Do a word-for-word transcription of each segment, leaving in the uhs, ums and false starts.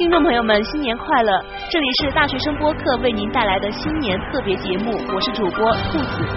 听众朋友们，新年快乐！这里是大学生播客为您带来的新年特别节目，我是主播兔子。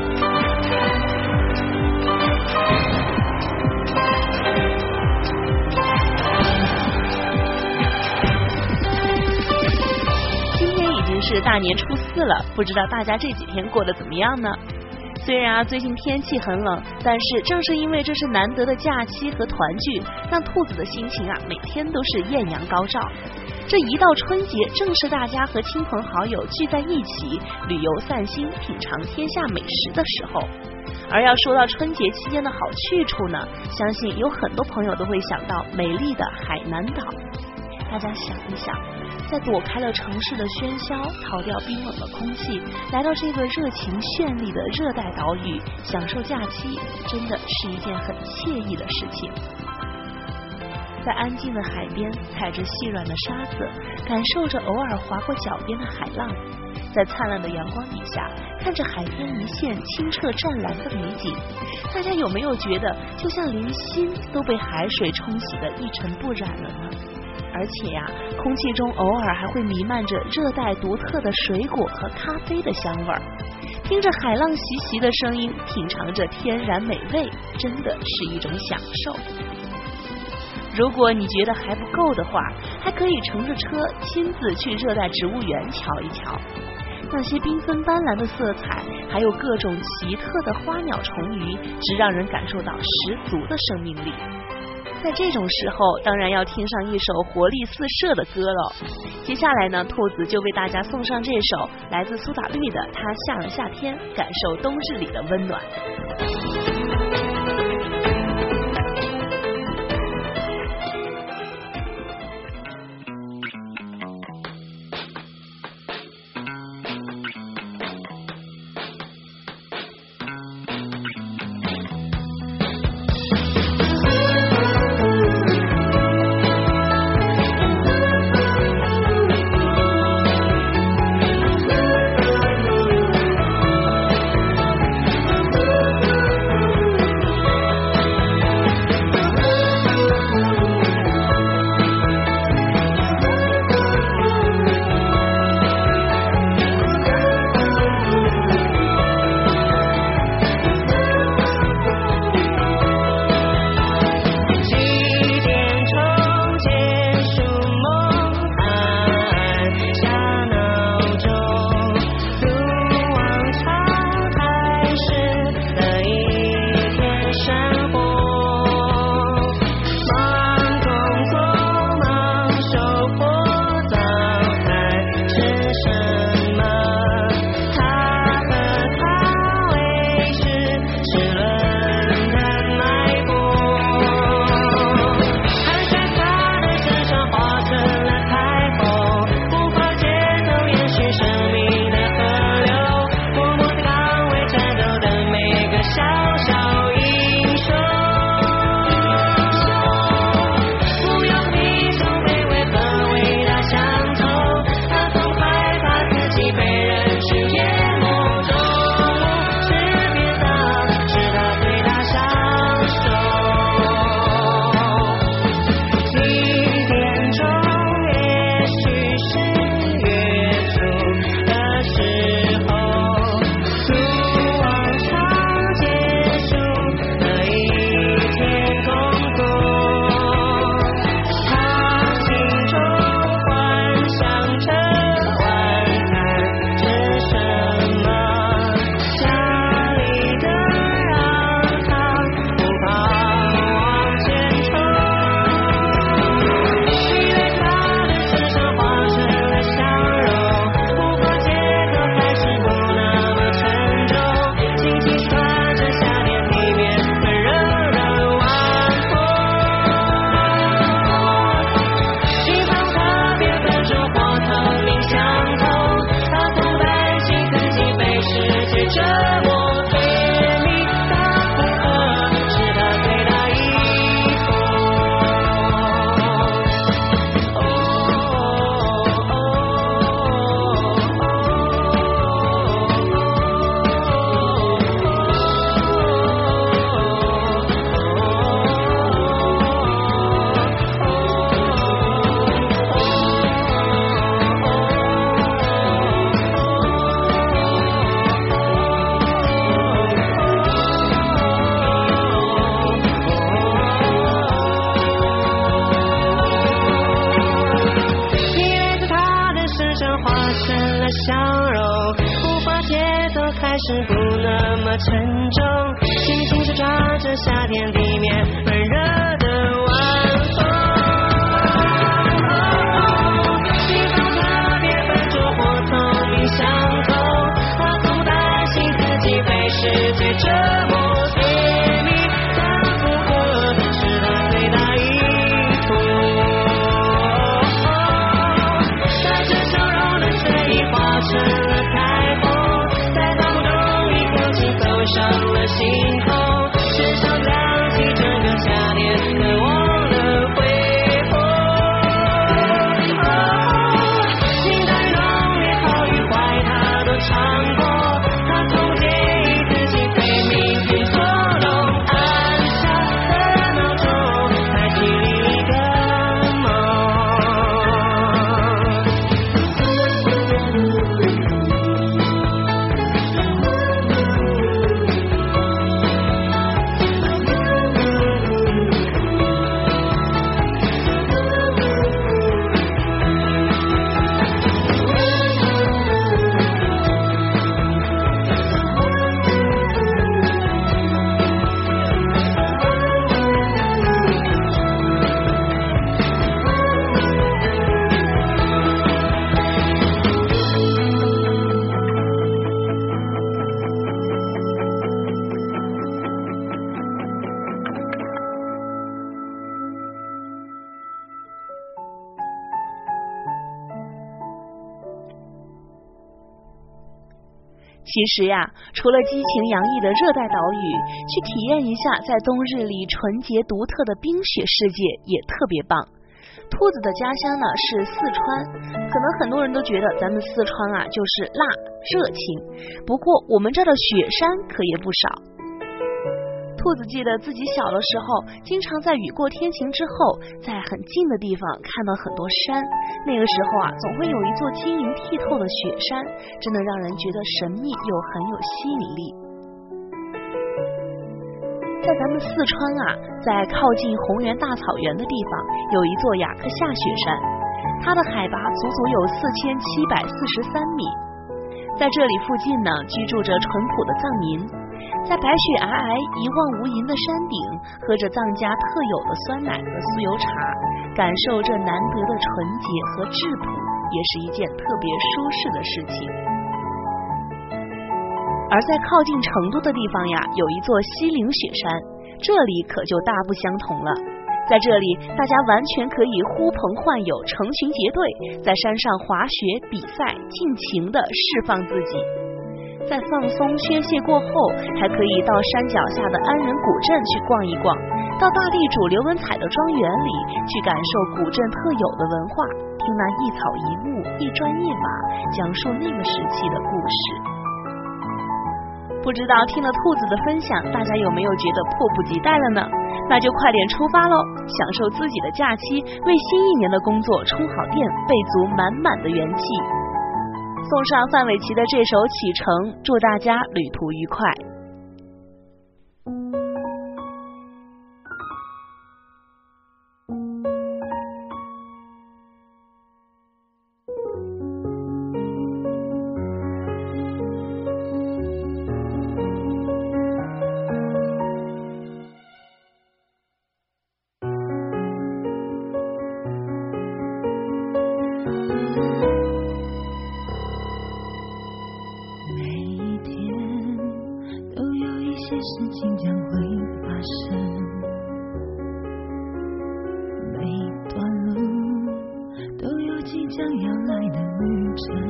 今天已经是大年初四了，不知道大家这几天过得怎么样呢？虽然啊最近天气很冷，但是正是因为这是难得的假期和团聚，让兔子的心情啊每天都是艳阳高照。这一到春节，正是大家和亲朋好友聚在一起旅游散心、品尝天下美食的时候。而要说到春节期间的好去处呢，相信有很多朋友都会想到美丽的海南岛。大家想一想，在躲开了城市的喧嚣，逃掉冰冷的空气，来到这个热情绚丽的热带岛屿，享受假期，真的是一件很惬意的事情。在安静的海边，踩着细软的沙子，感受着偶尔划过脚边的海浪，在灿烂的阳光底下，看着海天一线清澈湛蓝的美景，大家有没有觉得就像连心都被海水冲洗得一尘不染了呢？而且呀，空气中偶尔还会弥漫着热带独特的水果和咖啡的香味儿，听着海浪习习的声音，品尝着天然美味，真的是一种享受。如果你觉得还不够的话，还可以乘着车亲自去热带植物园瞧一瞧，那些缤纷斑斓的色彩，还有各种奇特的花鸟虫鱼，只让人感受到十足的生命力。在这种时候，当然要听上一首活力四射的歌了。接下来呢，兔子就为大家送上这首来自苏打绿的《它下了夏天》，感受冬日里的温暖。 的笑容，无法节奏开始不那么沉重，轻轻手抓着夏天地面温热的晚风，心房特别笨拙或透明相同，何苦担心自己被世界折磨，对你的附和是他最大意图，带着笑容的睡意化成了彩虹，在大雾中一口气走上了星空，身上亮起整个夏天难忘的辉煌，情感浓烈好与坏他都尝过，他从介意自己被命运捉弄，按下的闹钟代替另一个梦。 其实呀，除了激情洋溢的热带岛屿，去体验一下在冬日里纯洁独特的冰雪世界也特别棒。兔子的家乡呢是四川，可能很多人都觉得咱们四川啊就是辣热情，不过我们这儿的雪山可也不少。兔子记得自己小的时候，经常在雨过天晴之后，在很近的地方看到很多山。那个时候啊，总会有一座晶莹剔透的雪山，真的让人觉得神秘又很有吸引力。在咱们四川啊，在靠近红原大草原的地方，有一座雅克夏雪山，它的海拔足足有四千七百四十三米。在这里附近呢，居住着淳朴的藏民。在白雪皑皑一望无垠的山顶，喝着藏家特有的酸奶和酥油茶，感受这难得的纯洁和质朴，也是一件特别舒适的事情。而在靠近成都的地方呀，有一座西岭雪山，这里可就大不相同了。在这里，大家完全可以呼朋唤友，成群结队，在山上滑雪比赛，尽情地释放自己。在放松宣泄过后，还可以到山脚下的安仁古镇去逛一逛，到大地主刘文彩的庄园里去感受古镇特有的文化，听那一草一木一砖一瓦讲述那个时期的故事。不知道听了兔子的分享，大家有没有觉得迫不及待了呢？那就快点出发喽，享受自己的假期，为新一年的工作充好电，备足满满的元气。送上范玮琪的这首《启程》，祝大家旅途愉快。 事情将会发生，每段路都有即将要来的旅程，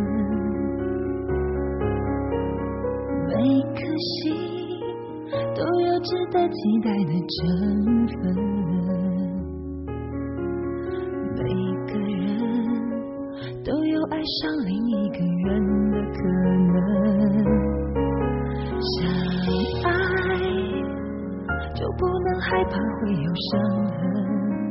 每颗心都有值得期待的成分，每个人都有爱上另一个人的可能，相爱就不能害怕会有伤痕，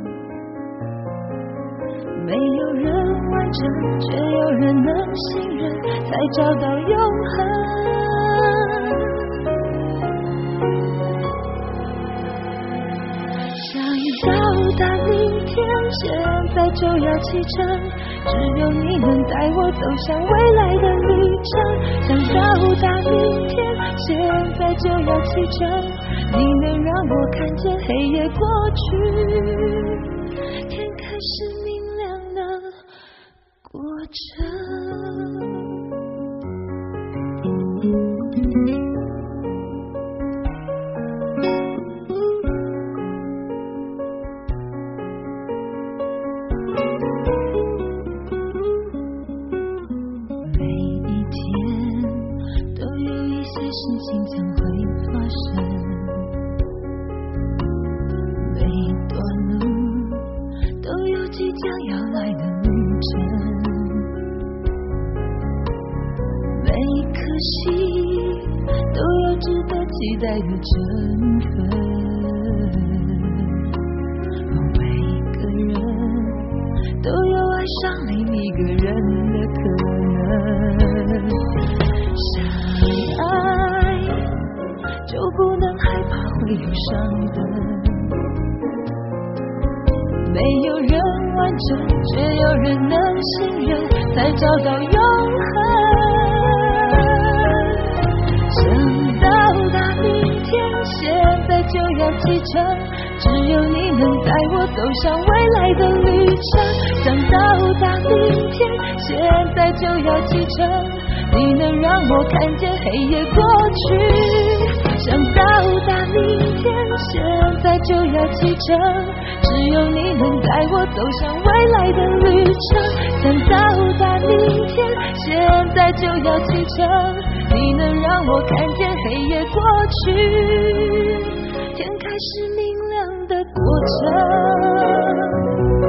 没有人完整，却有人能信任，才找到永恒。像一道达明天，现在就要启程，只有你能带我走向未来的旅程。想到达明天，现在就要启程，你能让我看见黑夜过去，天开始明亮的过程。事情将会发生，每段路都有即将要来的旅程，每颗心都有值得期待的成分，每个人都有爱上另一个人的可能，相爱就不能害怕会有伤痕，没有人完整，却有人能信任，才找到永恒。想到达明天，现在就要启程，只有你能带我走向未来的旅程。想到达明天，现在就要启程，你能让我看见黑夜过去。想到达明天，现在就要启程，只有你能带我走向未来的旅程。想到达明天，现在就要启程，你能让我看见黑夜过去，天开始明亮的过程。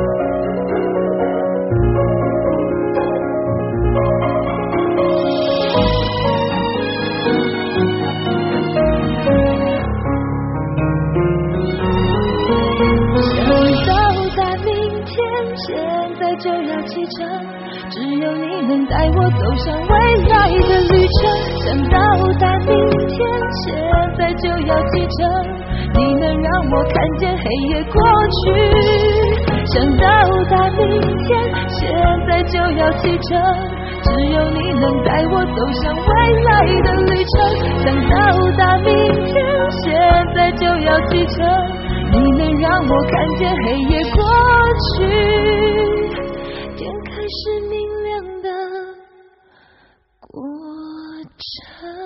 就要启程，只有你能带我走向未来的旅程。想到达明天，现在就要启程，你能让我看见黑夜过去。想到达明天，现在就要启程，只有你能带我走向未来的旅程。想到达明天，现在就要启程，你能让我看见黑夜过去。天开始明亮的过程。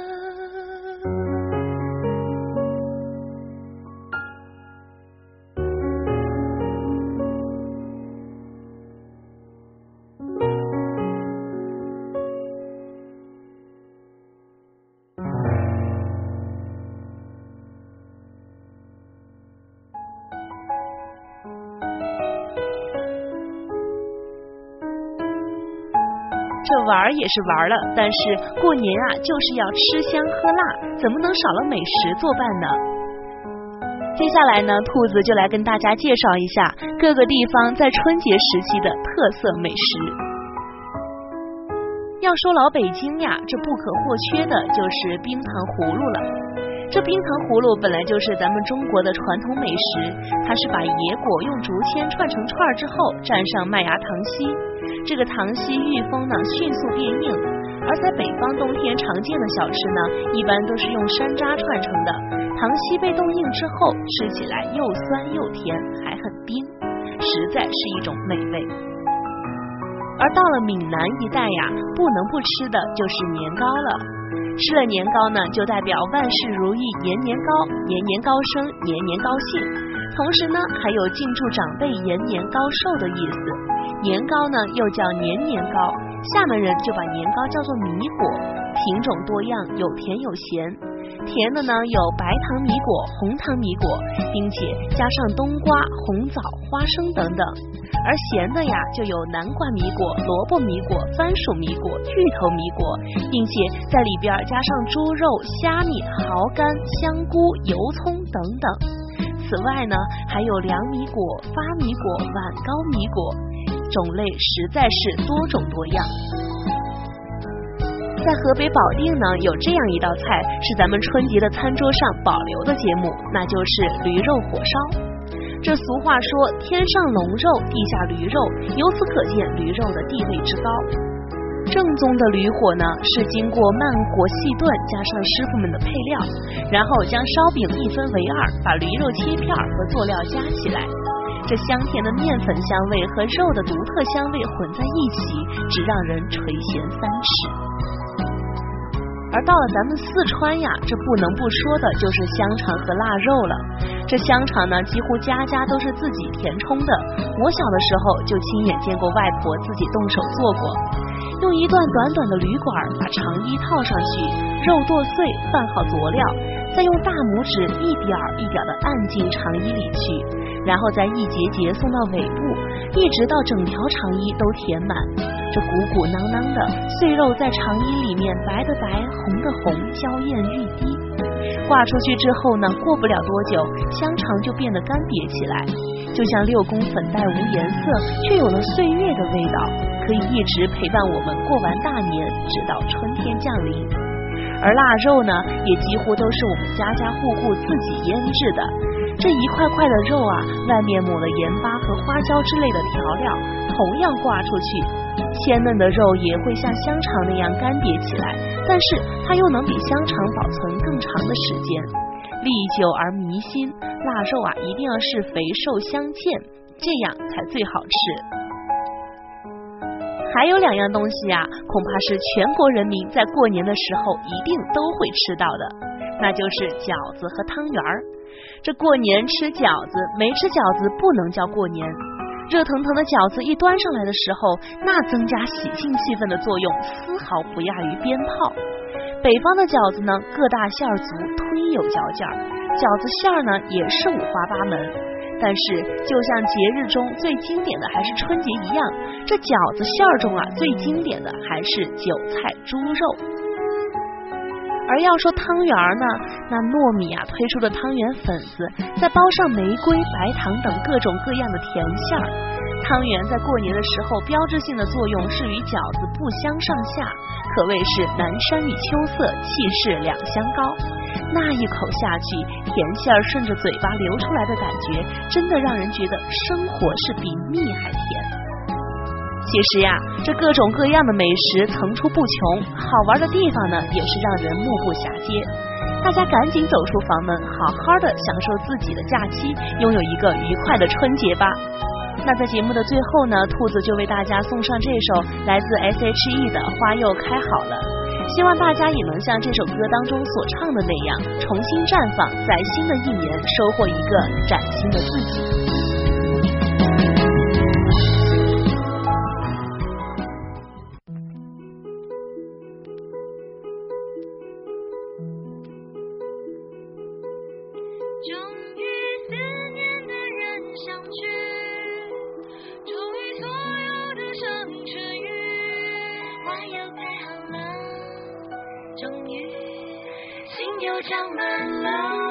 这玩也是玩了，但是过年啊就是要吃香喝辣，怎么能少了美食作伴呢？接下来呢，兔子就来跟大家介绍一下各个地方在春节时期的特色美食。要说老北京呀，这不可或缺的就是冰糖葫芦了。这冰糖葫芦本来就是咱们中国的传统美食，它是把野果用竹签串成串之后蘸上麦芽糖稀，这个糖稀遇风呢迅速变硬，而在北方冬天常见的小吃呢，一般都是用山楂串成的，糖稀被冻硬之后吃起来又酸又甜，还很冰，实在是一种美味。而到了闽南一带呀，不能不吃的就是年糕了。吃了年糕呢，就代表万事如意延年高，年年高升，年年高兴。同时呢，还有敬祝长辈延年高寿的意思。年糕呢，又叫年年糕，厦门人就把年糕叫做米果，品种多样，有甜有咸。甜的呢有白糖米果、红糖米果，并且加上冬瓜、红枣、花生等等。而咸的呀，就有南瓜米果、萝卜米果、番薯米果、芋头米果，并且在里边加上猪肉、虾米、蚝干、香菇、油葱等等。此外呢，还有凉米果、发米果、碗糕米果，种类实在是多种多样。在河北保定呢，有这样一道菜是咱们春节的餐桌上保留的节目，那就是驴肉火烧。 这俗话说天上龙肉，地下驴肉，由此可见驴肉的地位之高。正宗的驴火呢，是经过慢火细炖，加上师傅们的配料，然后将烧饼一分为二，把驴肉切片和佐料加起来，这香甜的面粉香味和肉的独特香味混在一起，只让人垂涎三尺。而到了咱们四川呀，这不能不说的就是香肠和腊肉了。这香肠呢，几乎家家都是自己填充的。我小的时候就亲眼见过外婆自己动手做过，用一段短短的铝管把肠衣套上去，肉剁碎，拌好佐料，再用大拇指一点一点的按进肠衣里去，然后再一节节送到尾部，一直到整条肠衣都填满。这鼓鼓囊囊的碎肉在肠衣里面，白的白，红的红，娇艳欲滴。挂出去之后呢，过不了多久，香肠就变得干瘪起来，就像六宫粉黛无颜色，却有了岁月的味道，可以一直陪伴我们过完大年，直到春天降临。而腊肉呢，也几乎都是我们家家户户自己腌制的。这一块块的肉啊，外面抹了盐巴和花椒之类的调料，同样挂出去，鲜嫩的肉也会像香肠那样干瘪起来，但是它又能比香肠保存更长的时间。历久而弥新，腊肉啊一定要是肥瘦相间，这样才最好吃。还有两样东西啊，恐怕是全国人民在过年的时候一定都会吃到的，那就是饺子和汤圆儿。这过年吃饺子，没吃饺子不能叫过年。热腾腾的饺子一端上来的时候，那增加喜庆气氛的作用丝毫不亚于鞭炮。北方的饺子呢，各大馅儿足，忒有嚼劲儿，饺子馅儿呢也是五花八门。但是就像节日中最经典的还是春节一样，这饺子馅儿中啊，最经典的还是韭菜猪肉。而要说汤圆呢，那糯米啊推出的汤圆粉子，再包上玫瑰、白糖等各种各样的甜馅儿。汤圆在过年的时候标志性的作用是与饺子不相上下，可谓是南山与秋色，气势两相高。那一口下去，甜馅儿顺着嘴巴流出来的感觉，真的让人觉得生活是比蜜还甜。其实呀，这各种各样的美食层出不穷，好玩的地方呢也是让人目不暇接。大家赶紧走出房门，好好的享受自己的假期，拥有一个愉快的春节吧。那在节目的最后呢，兔子就为大家送上这首来自 S H E 的《花又开好了》，希望大家也能像这首歌当中所唱的那样，重新绽放，在新的一年收获一个崭新的自己。 终于思念的人相聚，终于所有的伤痊愈，花又开好了，终于心又长满了。